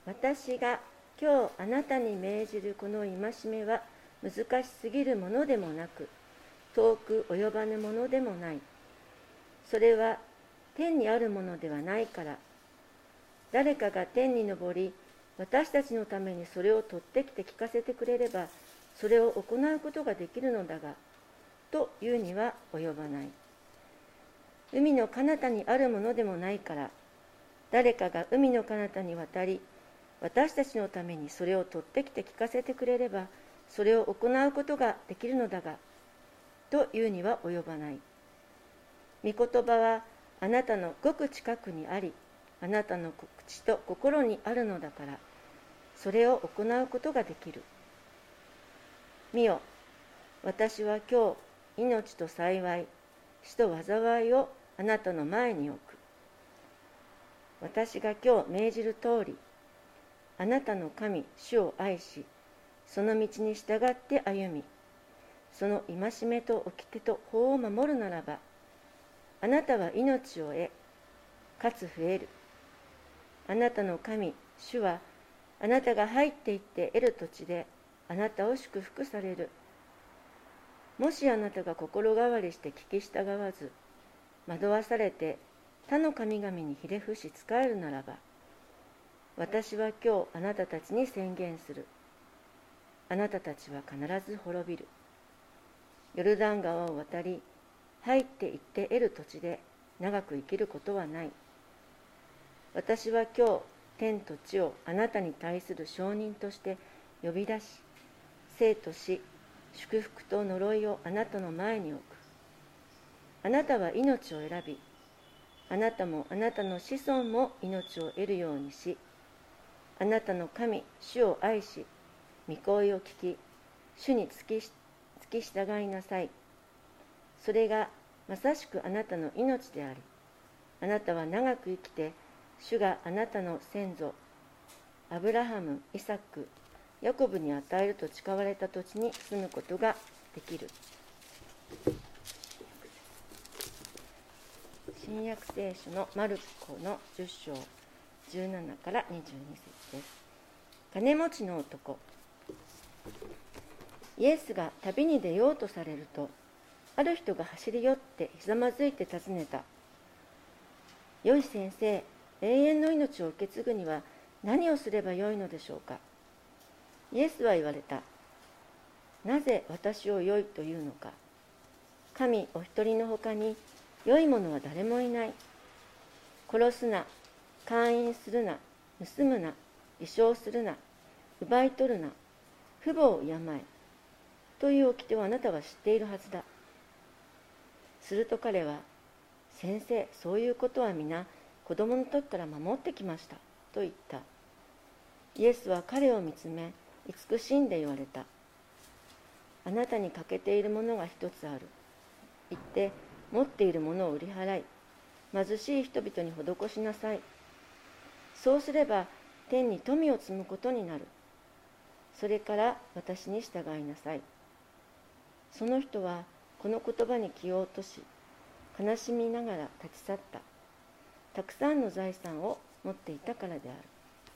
私が今日あなたに命じるこの戒めは難しすぎるものでもなく、遠く及ばぬものでもない。それは天にあるものではないから。誰かが天に昇り、私たちのためにそれを取ってきて聞かせてくれれば、それを行うことができるのだが、というには及ばない。海の彼方にあるものでもないから、誰かが海の彼方に渡り、私たちのためにそれを取ってきて聞かせてくれれば、それを行うことができるのだが、というには及ばない。御言葉はあなたのごく近くにあり、あなたの口と心にあるのだから、それを行うことができる。見よ、私は今日、命と幸い、死と災いをあなたの前に置く。私が今日命じる通り、あなたの神、主を愛し、その道に従って歩み、その戒めと掟と法を守るならば、あなたは命を得、かつ増える。あなたの神、主は、あなたが入っていって得る土地で、あなたを祝福される。もしあなたが心変わりして聞き従わず、惑わされて他の神々にひれ伏し仕えるならば、私は今日あなたたちに宣言する。あなたたちは必ず滅びる。ヨルダン川を渡り、入っていって得る土地で長く生きることはない。私は今日、天と地をあなたに対する証人として呼び出し、生と死、祝福と呪いをあなたの前に置く。あなたは命を選び、あなたもあなたの子孫も命を得るようにし、あなたの神、主を愛し、御声を聞き、主に付き従いなさい。それがまさしくあなたの命であり、あなたは長く生きて、主があなたの先祖、アブラハム、イサク、ヤコブに与えると誓われた土地に住むことができる。新約聖書のマルコの10章17から22節です。金持ちの男。イエスが旅に出ようとされると、ある人が走り寄ってひざまずいて尋ねた。よい先生、永遠の命を受け継ぐには何をすればよいのでしょうか。イエスは言われた。なぜ私を良いというのか。神お一人のほかに良いものは誰もいない。殺すな、姦淫するな、盗むな、偽証するな、奪い取るな、父母を敬えという掟をあなたは知っているはずだ。すると彼は、先生、そういうことは皆子供の時から守ってきましたと言った。イエスは彼を見つめ、慈しんで言われた。あなたに欠けているものが一つある。言って持っているものを売り払い、貧しい人々に施しなさい。そうすれば天に富を積むことになる。それから私に従いなさい。その人はこの言葉に気を落とし、悲しみながら立ち去った。たくさんの財産を持っていたからである。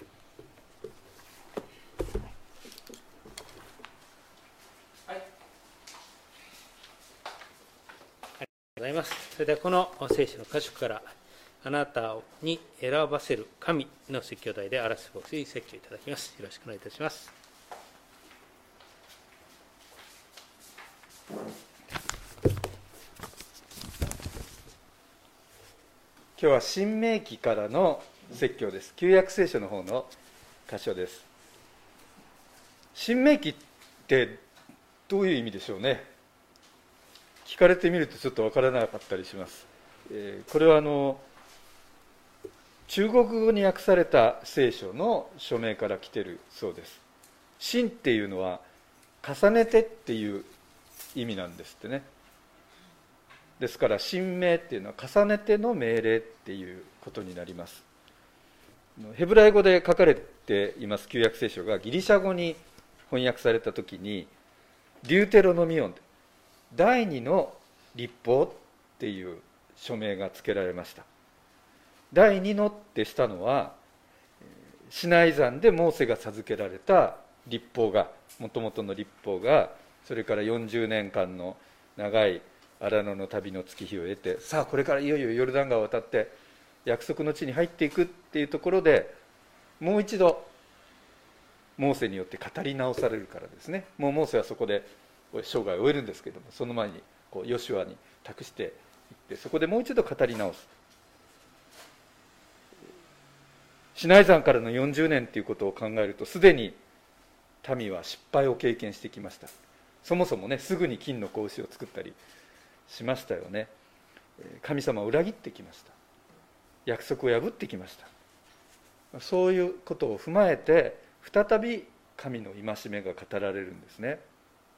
ございます。それではこの聖書の箇所からあなたに選ばせる神の説教題であらす牧師に説教いただきます。よろしくお願いいたします。 今日は新明記からの説教です。旧約聖書の方の箇所です。新明記ってどういう意味でしょうね。聞かれてみるとちょっと分からなかったりします。これは中国語に訳された聖書の書名から来ているそうです。新っていうのは重ねてっていう意味なんですってね。ですから新命っていうのは重ねての命令っていうことになります。ヘブライ語で書かれています旧約聖書がギリシャ語に翻訳されたときにデューテロノミオン、第二の律法っていう書名が付けられました。第二のってしたのはシナイ山でモーセが授けられた律法が、もともとの律法が、それから40年間の長い荒野の旅の月日を得て、さあこれからいよいよヨルダン川を渡って約束の地に入っていくっていうところで、もう一度モーセによって語り直されるからですね。もうモーセはそこで生涯を終えるんですけども、その前にヨシュアに託していって、そこでもう一度語り直す。シナイ山からの40年ということを考えると、すでに民は失敗を経験してきました。そもそもね、すぐに金の子牛を作ったりしましたよね。神様を裏切ってきました。約束を破ってきました。そういうことを踏まえて、再び神の戒めが語られるんですね。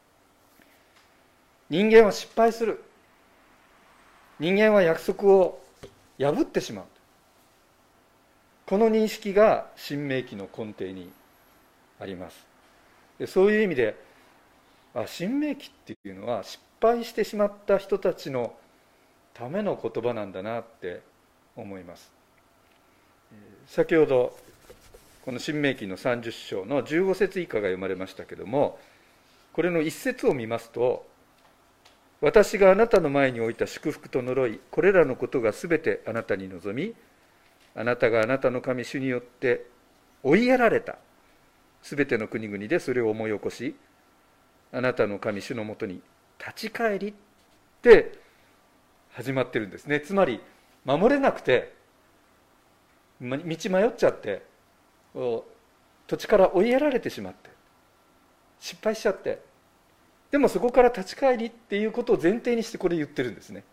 人間は失敗する。人間は約束を破ってしまう。この認識が新明記の根底にあります。で、そういう意味で、新明記っていうのは失敗してしまった人たちのための言葉なんだなって思います。先ほどこの新明記の30章の15節以下が読まれましたけれども、これの一節を見ますと、私があなたの前に置いた祝福と呪い、これらのことがすべてあなたに望み、あなたがあなたの神主によって追いやられたすべての国々でそれを思い起こし、あなたの神主のもとに立ち返りって始まってるんですね。つまり守れなくて道迷っちゃって、土地から追いやられてしまって失敗しちゃって、でもそこから立ち返りっていうことを前提にしてこれ言ってるんですね。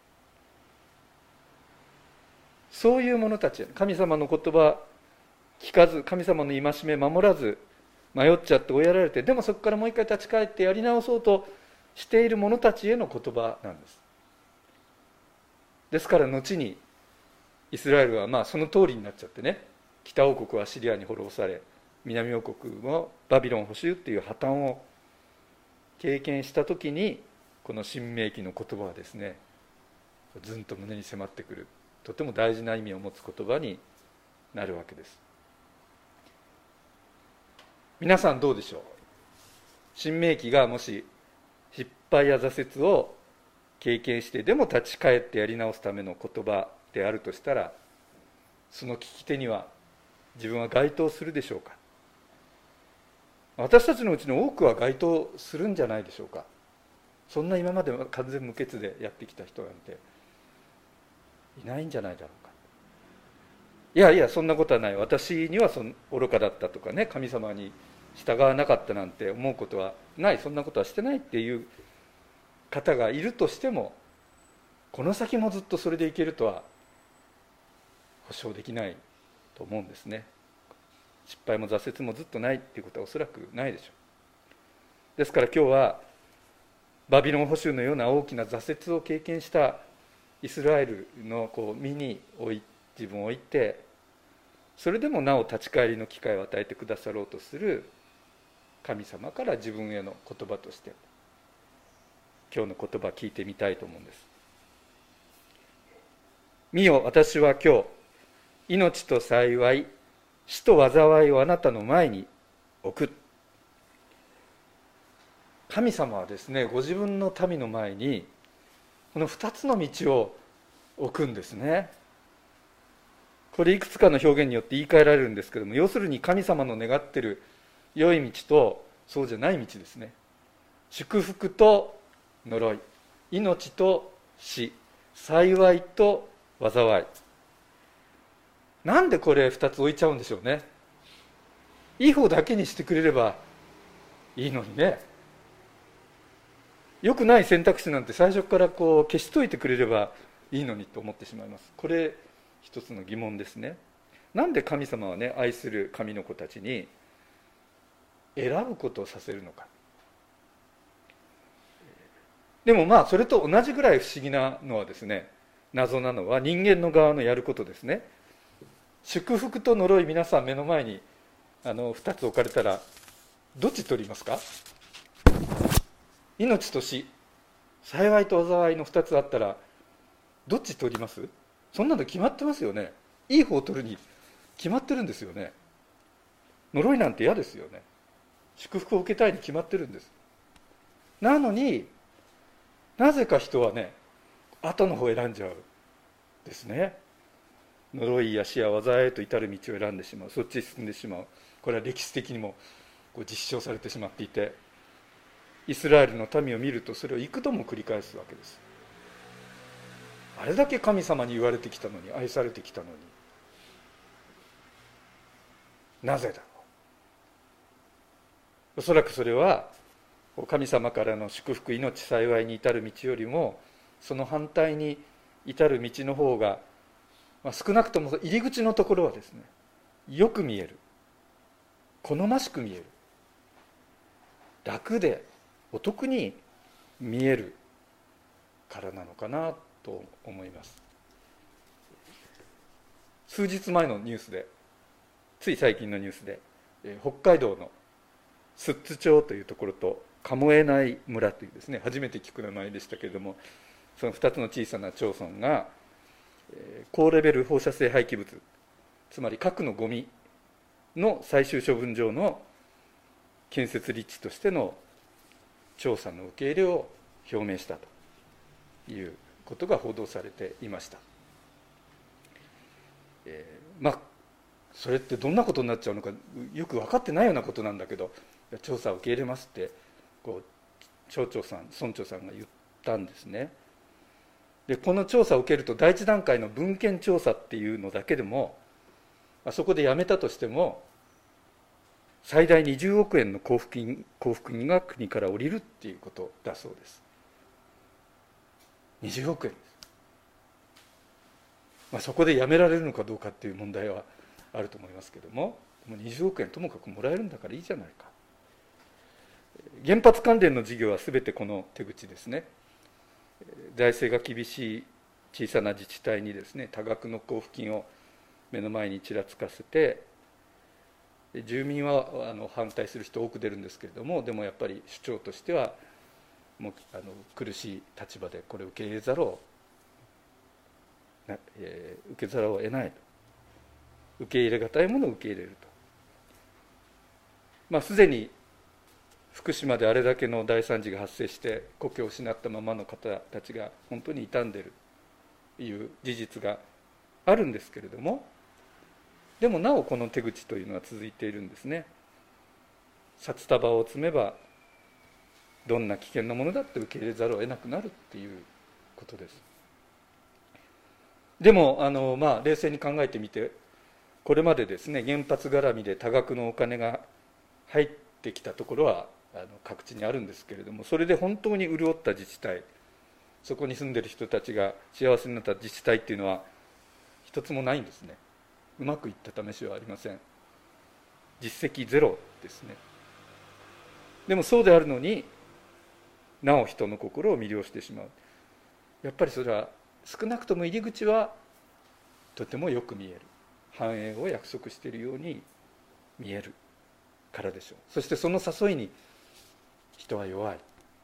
そういう者たち、神様の言葉聞かず、神様の戒め守らず、迷っちゃって追いやられて、でもそこからもう一回立ち返ってやり直そうとしている者たちへの言葉なんです。ですから後にイスラエルはその通りになっちゃってね、北王国はシリアに滅ぼされ、南王国もバビロン捕囚っていう破綻を経験したときに、この新明記の言葉はですね、ずんと胸に迫ってくる、とても大事な意味を持つ言葉になるわけです。皆さんどうでしょう。新明記がもし失敗や挫折を経験してでも立ち返ってやり直すための言葉であるとしたら、その聞き手には自分は該当するでしょうか。私たちのうちの多くは該当するんじゃないでしょうか。そんな今まで完全無欠でやってきた人なんていないんじゃないだろうか。いやいや、そんなことはない、私には愚かだったとかね、神様に従わなかったなんて思うことはない、そんなことはしてないっていう方がいるとしても、この先もずっとそれでいけるとは保証できないと思うんですね。失敗も挫折もずっとないっていうことはおそらくないでしょう。ですから今日はバビロン捕囚のような大きな挫折を経験したイスラエルの身に自分を置いて、それでもなお立ち返りの機会を与えてくださろうとする神様から自分への言葉として今日の言葉を聞いてみたいと思うんです。見よ、私は今日命と幸い、死と災いをあなたの前に置く。神様はですね、ご自分の民の前にこの2つの道を置くんですね。これいくつかの表現によって言い換えられるんですけども、要するに神様の願っている良い道とそうじゃない道ですね。祝福と呪い、命と死、幸いと災い。なんでこれ2つ置いちゃうんでしょうね。いい方だけにしてくれればいいのにね。良くない選択肢なんて最初から消しといてくれればいいのにと思ってしまいます。これ一つの疑問ですね。なんで神様はね、愛する神の子たちに選ぶことをさせるのか。でもそれと同じぐらい不思議なのはですね、謎なのは人間の側のやることですね。祝福と呪い、皆さん目の前に2つ置かれたらどっち取りますか？命と死、幸いと災いの2つあったらどっち取ります？そんなの決まってますよね。いい方を取るに決まってるんですよね。 呪いなんて嫌ですよね。祝福を受けたいに決まってるんです。なのになぜか人はね、後の方を選んじゃうですね。呪いや死や災いへと至る道を選んでしまう、そっちに進んでしまう。これは歴史的にも実証されてしまっていて、イスラエルの民を見るとそれを幾度も繰り返すわけです。あれだけ神様に言われてきたのに、愛されてきたのに、なぜだろう。おそらくそれは神様からの祝福、命、幸いに至る道よりもその反対に至る道の方が、少なくとも入り口のところはですね、よく見える、好ましく見える、楽でお得に見えるからなのかなと思います。数日前のニュースで、つい最近のニュースで、北海道の寿都町というところと神恵内村というですね、初めて聞く名前でしたけれども、その2つの小さな町村が高レベル放射性廃棄物、つまり核のゴミの最終処分場の建設立地としての調査の受け入れを表明したということが報道されていました。それってどんなことになっちゃうのかよく分かってないようなことなんだけど、調査を受け入れますって町長さん、村長さんが言ったんですね。でこの調査を受けると、第一段階の文献調査っていうのだけでも、そこでやめたとしても最大20億円の交付金が国から下りるっていうことだそうです。20億円です。そこでやめられるのかどうかっていう問題はあると思いますけども、20億円ともかくもらえるんだからいいじゃないか。原発関連の事業は全てこの手口ですね。財政が厳しい小さな自治体にですね、多額の交付金を目の前にちらつかせて、住民は反対する人多く出るんですけれども、でもやっぱり主張としてはもう苦しい立場でこれを受けざるを得ないと、受け入れがたいものを受け入れると。すでに福島であれだけの大惨事が発生して故郷を失ったままの方たちが本当に傷んでいるという事実があるんですけれども、でもなおこの手口というのは続いているんですね。札束を積めばどんな危険なものだって受け入れざるを得なくなるっていうことです。でも冷静に考えてみて、これまでですね、原発絡みで多額のお金が入ってきたところは各地にあるんですけれども、それで本当に潤った自治体、そこに住んでいる人たちが幸せになった自治体っていうのは一つもないんですね。うまくいった試しはありません。実績ゼロですね。でもそうであるのになお人の心を魅了してしまう。やっぱりそれは少なくとも入り口はとてもよく見える、繁栄を約束しているように見えるからでしょう。そしてその誘いに人は弱い。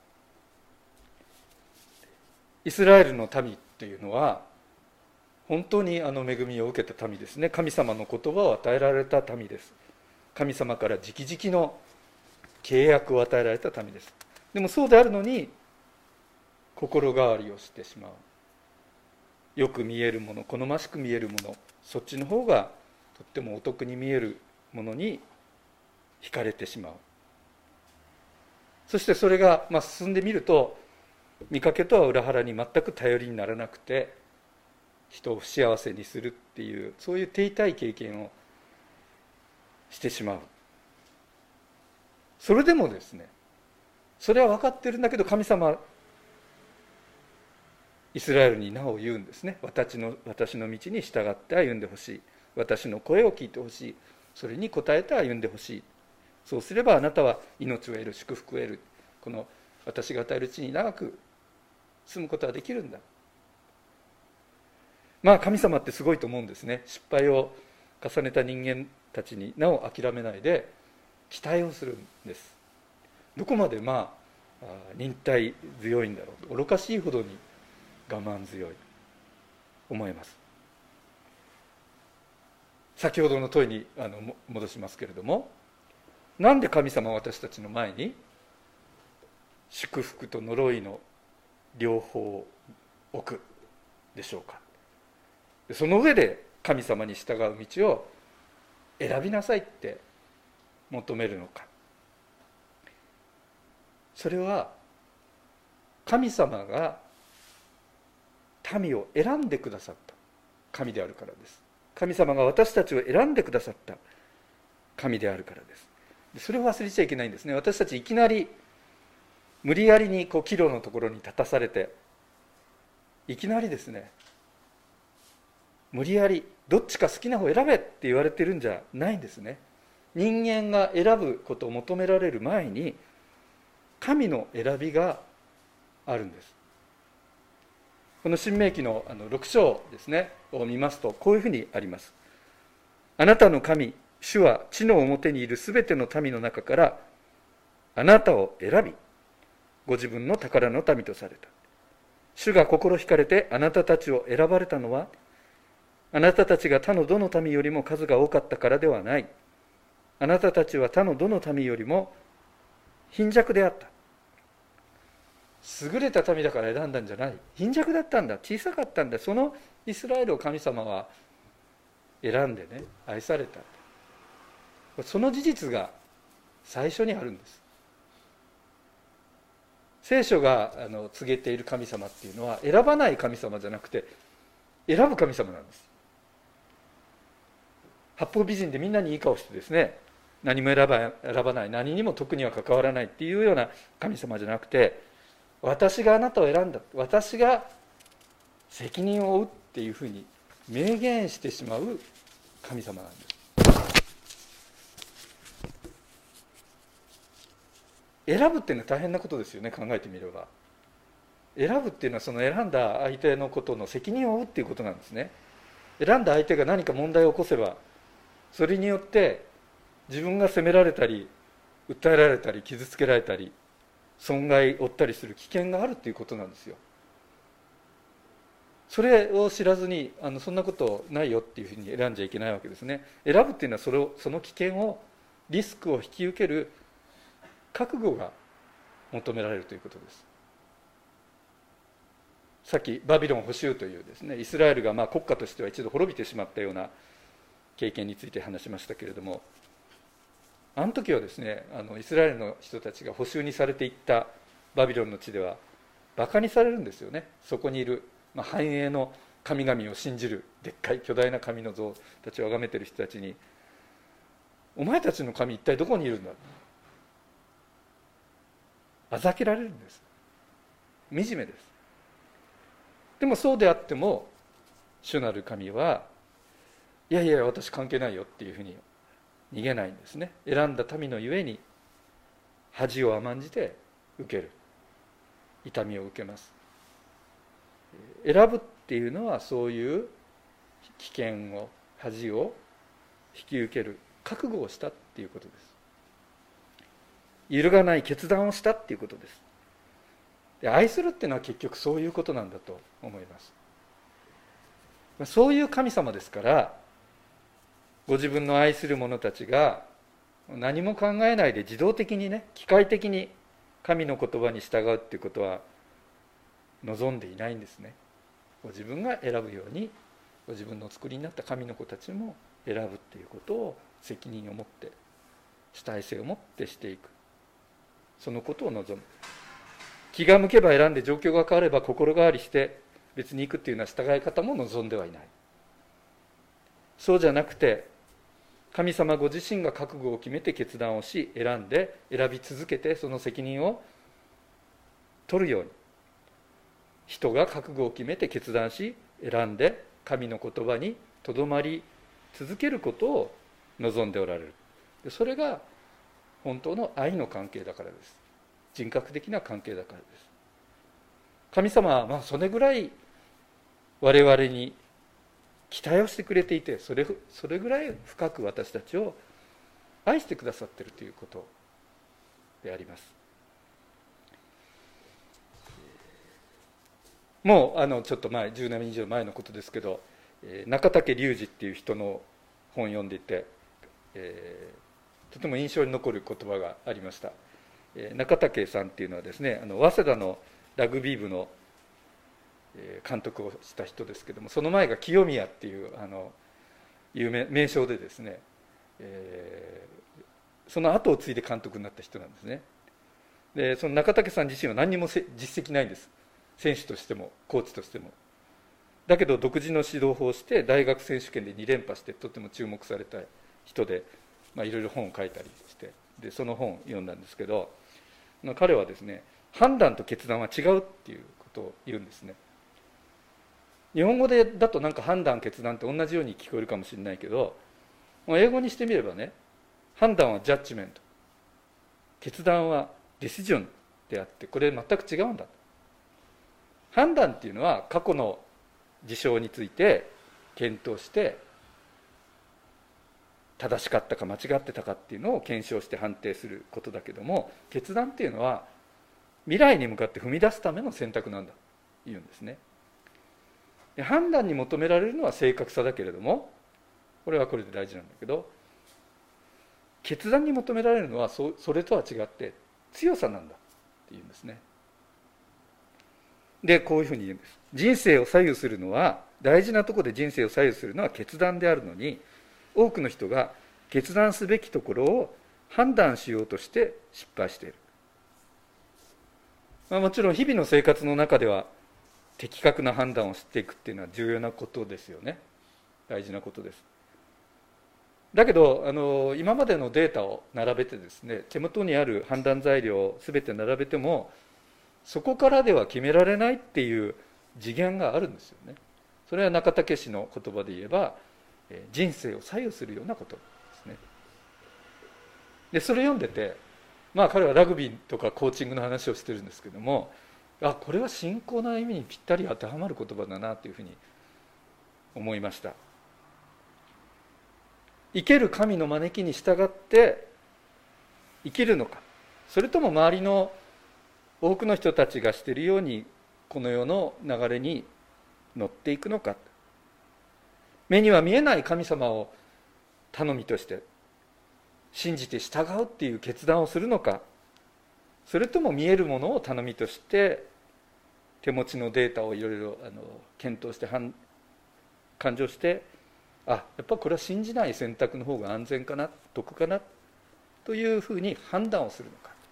イスラエルの民というのは本当に恵みを受けた民ですね。神様の言葉を与えられた民です。神様から直々の契約を与えられた民です。でもそうであるのに心変わりをしてしまう。よく見えるもの、好ましく見えるもの、そっちの方がとってもお得に見えるものに惹かれてしまう。そしてそれが進んでみると、見かけとは裏腹に全く頼りにならなくて人を不幸せにするっていう、そういう手痛い経験をしてしまう。それでもですね、それは分かってるんだけど、神様イスラエルになお言うんですね。私の道に従って歩んでほしい、私の声を聞いてほしい、それに応えて歩んでほしい。そうすればあなたは命を得る、祝福を得る、この私が与える地に長く住むことができるんだ。神様ってすごいと思うんですね。失敗を重ねた人間たちになお諦めないで期待をするんです。どこまで忍耐強いんだろう、愚かしいほどに我慢強いと思います。 先ほどの問いに戻しますけれども、なんで神様は私たちの前に祝福と呪いの両方を置くでしょうか。その上で神様に従う道を選びなさいって求めるのか。それは神様が民を選んでくださった神であるからです。神様が私たちを選んでくださった神であるからです。それを忘れちゃいけないんですね。私たちいきなり無理やりに岐路のところに立たされて、いきなりですね、無理やりどっちか好きな方選べって言われてるんじゃないんですね。人間が選ぶことを求められる前に神の選びがあるんです。この申命記の6章ですねを見ますと、こういうふうにあります。あなたの神主は地の表にいるすべての民の中からあなたを選び、ご自分の宝の民とされた。主が心惹かれてあなたたちを選ばれたのは、あなたたちが他のどの民よりも数が多かったからではない。あなたたちは他のどの民よりも貧弱であった。優れた民だから選んだんじゃない。貧弱だったんだ、小さかったんだ。そのイスラエルを神様は選んでね、愛された。その事実が最初にあるんです。聖書が告げている神様っていうのは選ばない神様じゃなくて選ぶ神様なんです。八方美人でみんなにいい顔してですね、何も選ばない、何にも特には関わらないっていうような神様じゃなくて、私があなたを選んだ、私が責任を負うっていうふうに明言してしまう神様なんです。選ぶっていうのは大変なことですよね、考えてみれば。選ぶっていうのはその選んだ相手のことの責任を負うっていうことなんですね。選んだ相手が何か問題を起こせば、それによって自分が責められたり訴えられたり傷つけられたり損害を負ったりする危険があるっていうことなんですよ。それを知らずにそんなことないよっていうふうに選んじゃいけないわけですね。選ぶっていうのはその危険を、リスクを引き受ける覚悟が求められるということです。さっきバビロン捕囚というですね、イスラエルが国家としては一度滅びてしまったような経験について話しましたけれども、あの時はですね、イスラエルの人たちが捕囚にされていったバビロンの地ではバカにされるんですよね。そこにいる、繁栄の神々を信じるでっかい巨大な神の像たちを崇めている人たちに、お前たちの神一体どこにいるんだ、あざけられるんです。惨めです。でもそうであっても主なる神はいやいや私関係ないよっていうふうに逃げないんですね。選んだ民のゆえに恥を甘んじて受ける、痛みを受けます。選ぶっていうのはそういう危険を、恥を引き受ける覚悟をしたっていうことです。揺るがない決断をしたっていうことです。で、愛するっていうのは結局そういうことなんだと思います。そういう神様ですから、ご自分の愛する者たちが何も考えないで自動的にね、機械的に神の言葉に従うっていうことは望んでいないんですね。ご自分が選ぶように、ご自分のお作りになった神の子たちも選ぶっていうことを責任を持って、主体性を持ってしていく、そのことを望む。気が向けば選んで、状況が変われば心変わりして別に行くっていうような従い方も望んではいない。そうじゃなくて、神様ご自身が覚悟を決めて決断をし、選んで選び続けて、その責任を取るように、人が覚悟を決めて決断し選んで神の言葉にとどまり続けることを望んでおられる。それが本当の愛の関係だからです。人格的な関係だからです。神様はそれぐらい我々に期待をしてくれていて、それぐらい深く私たちを愛してくださっているということであります。もうちょっと前、10年以上前のことですけど、中竹隆二っていう人の本を読んでいて、とても印象に残る言葉がありました。中竹さんっていうのはですね、早稲田のラグビー部の監督をした人ですけども、その前が清宮っていう名将でですね、その後を継いで監督になった人なんですね。でその中竹さん自身は何にも実績ないんです。選手としてもコーチとしても。だけど独自の指導法をして大学選手権で2連覇してとても注目された人で、いろいろ本を書いたりして、でその本を読んだんですけど、彼はですね、判断と決断は違うっていうことを言うんですね。日本語でだとなんか判断決断って同じように聞こえるかもしれないけど、英語にしてみればね、判断はジャッジメント、決断はディシジョンであって、これ全く違うんだ。判断っていうのは過去の事象について検討して正しかったか間違ってたかっていうのを検証して判定することだけども、決断っていうのは未来に向かって踏み出すための選択なんだと言うんですね。で判断に求められるのは正確さだけれども、これはこれで大事なんだけど、決断に求められるのはそれとは違って強さなんだって言うんですね。でこういうふうに言うんです。人生を左右するのは、大事なところで人生を左右するのは決断であるのに、多くの人が決断すべきところを判断しようとして失敗している。もちろん日々の生活の中では的確な判断をしていくっていうのは重要なことですよね。大事なことです。だけど今までのデータを並べてですね、手元にある判断材料を全て並べても、そこからでは決められないっていう次元があるんですよね。それは中竹氏の言葉で言えば、人生を左右するようなことですね。でそれ読んでて、彼はラグビーとかコーチングの話をしてるんですけども、これは信仰の意味にぴったり当てはまる言葉だなというふうに思いました。生ける神の招きに従って生きるのか、それとも周りの多くの人たちがしているようにこの世の流れに乗っていくのか、目には見えない神様を頼みとして信じて従うっていう決断をするのか、それとも見えるものを頼みとして手持ちのデータをいろいろ検討して勘定して、やっぱこれは信じない選択の方が安全かな、得かなというふうに判断をする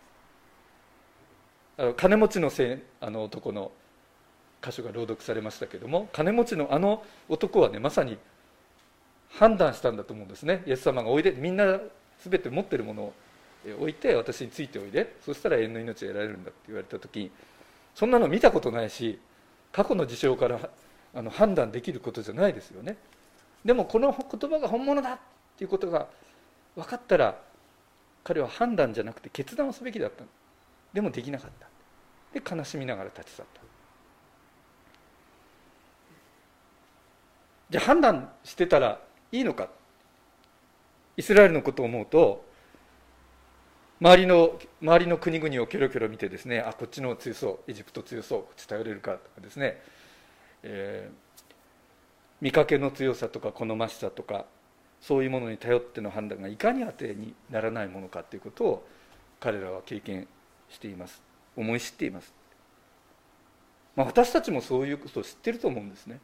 のか。金持ちの男の箇所が朗読されましたけれども、金持ちの男はね、まさに判断したんだと思うんですね。イエス様がおいで、みんな全て持っているものを置いて私についておいで、そしたら永遠の命を得られるんだって言われた時、そんなの見たことないし、過去の事象から判断できることじゃないですよね。でもこの言葉が本物だっていうことが分かったら、彼は判断じゃなくて決断をすべきだった。でもできなかった。で悲しみながら立ち去った。じゃあ判断してたらいいのか。イスラエルのことを思うと、周りの国々をキョロキョロ見てですね、こっちの強そう、エジプト強そう、こっち頼れるかとかですね、見かけの強さとか好ましさとか、そういうものに頼っての判断がいかに当てにならないものかということを彼らは経験しています。思い知っています。私たちもそういうことを知っていると思うんですね。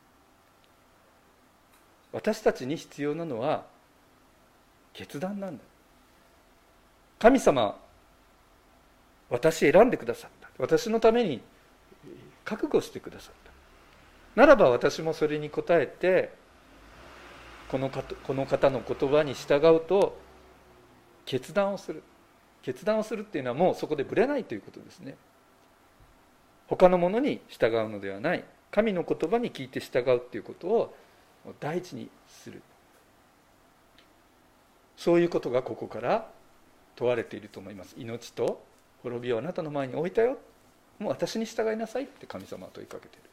私たちに必要なのは決断なんだ。神様、私選んでくださった。私のために覚悟してくださった。ならば私もそれに応えて、この方の言葉に従うと決断をする。決断をするっていうのはもうそこでぶれないということですね。他のものに従うのではない、神の言葉に聞いて従うっていうことを第一にする。そういうことがここから問われていると思います。命と滅びをあなたの前に置いたよ、もう私に従いなさいって神様は問いかけている。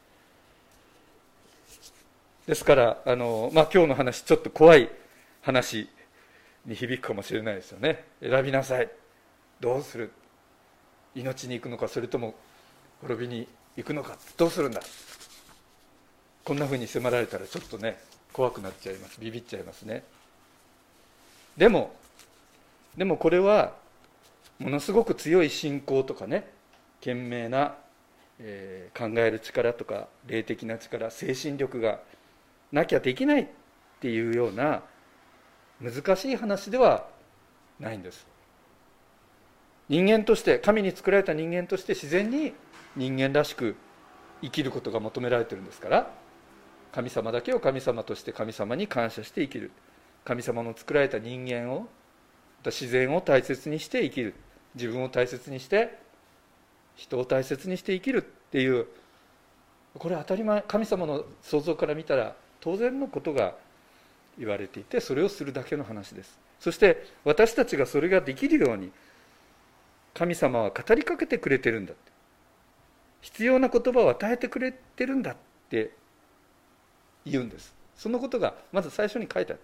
ですから今日の話、ちょっと怖い話に響くかもしれないですよね。選びなさい、どうする、命に行くのかそれとも滅びに行くのか、どうするんだ、こんなふうに迫られたらちょっとね怖くなっちゃいます。ビビっちゃいますね。でもこれはものすごく強い信仰とかね、懸命な、考える力とか霊的な力、精神力がなきゃできないっていうような難しい話ではないんです。人間として、神に作られた人間として自然に人間らしく生きることが求められているんですから、神様だけを神様として神様に感謝して生きる、神様の作られた人間を、自然を大切にして生きる、自分を大切にして人を大切にして生きるっていう、これは当たり前、神様の想像から見たら当然のことが言われていて、それをするだけの話です。そして私たちがそれができるように神様は語りかけてくれてるんだって、必要な言葉を与えてくれてるんだって言うんです。そのことがまず最初に書いてある。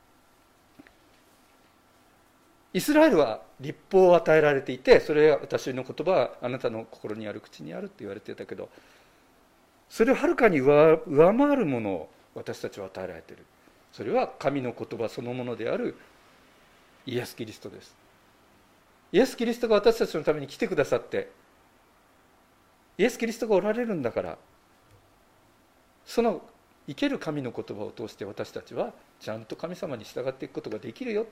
イスラエルは律法を与えられていて、それは私の言葉はあなたの心にある、口にあるって言われていたけど、それをはるかに上回るものを私たちは与えられている。それは神の言葉そのものであるイエス・キリストです。イエス・キリストが私たちのために来てくださって、イエス・キリストがおられるんだから、その生ける神の言葉を通して私たちはちゃんと神様に従っていくことができるよ。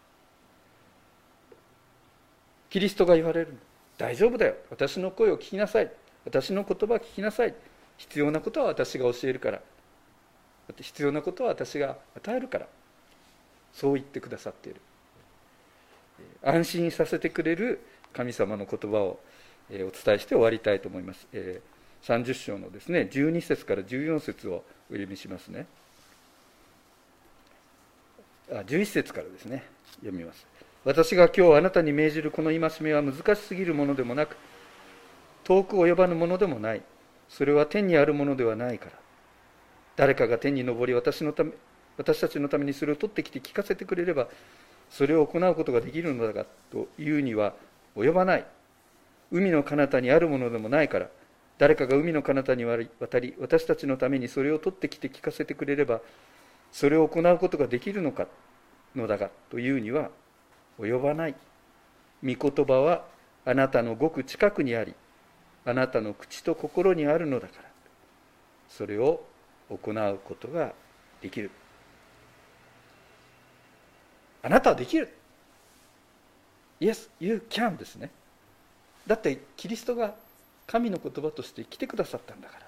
キリストが言われる。大丈夫だよ、私の声を聞きなさい、私の言葉を聞きなさい、必要なことは私が教えるから、必要なことは私が与えるから、そう言ってくださっている。安心させてくれる神様の言葉をお伝えして終わりたいと思います。30章のですね、12節から14節をお読みしますね。11節からですね、読みます。私が今日あなたに命じるこの戒めは難しすぎるものでもなく、遠く及ばぬものでもない。それは天にあるものではないから。誰かが天に昇り私たちのためにそれを取ってきて聞かせてくれれば、それを行うことができるのだがというには及ばない。海の彼方にあるものでもないから。誰かが海の彼方に渡り私たちのためにそれを取ってきて聞かせてくれれば、それを行うことができるのだがというには及ばない。御言葉はあなたのごく近くにあり、あなたの口と心にあるのだから、それを行うことができる。あなたはできる。 Yes, you can ですね。だってキリストが神の言葉として来てくださったんだから。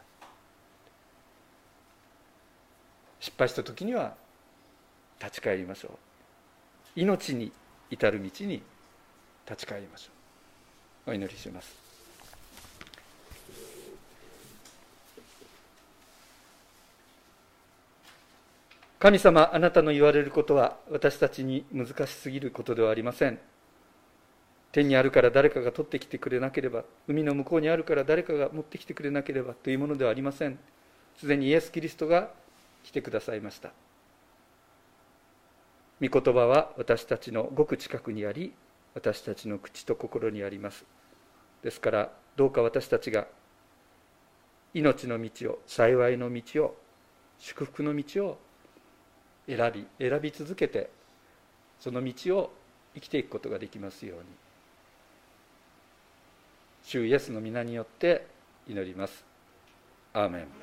失敗した時には立ち返りましょう。命に至る道に立ち返りましょう。お祈りします。神様、あなたの言われることは私たちに難しすぎることではありません。天にあるから誰かが取ってきてくれなければ、海の向こうにあるから誰かが持ってきてくれなければというものではありません。すでにイエス・キリストが来てくださいました。御言葉は私たちのごく近くにあり、私たちの口と心にあります。ですからどうか私たちが命の道を、幸いの道を、祝福の道を選び続けて、その道を生きていくことができますように、主イエスの皆によって祈ります。アーメン。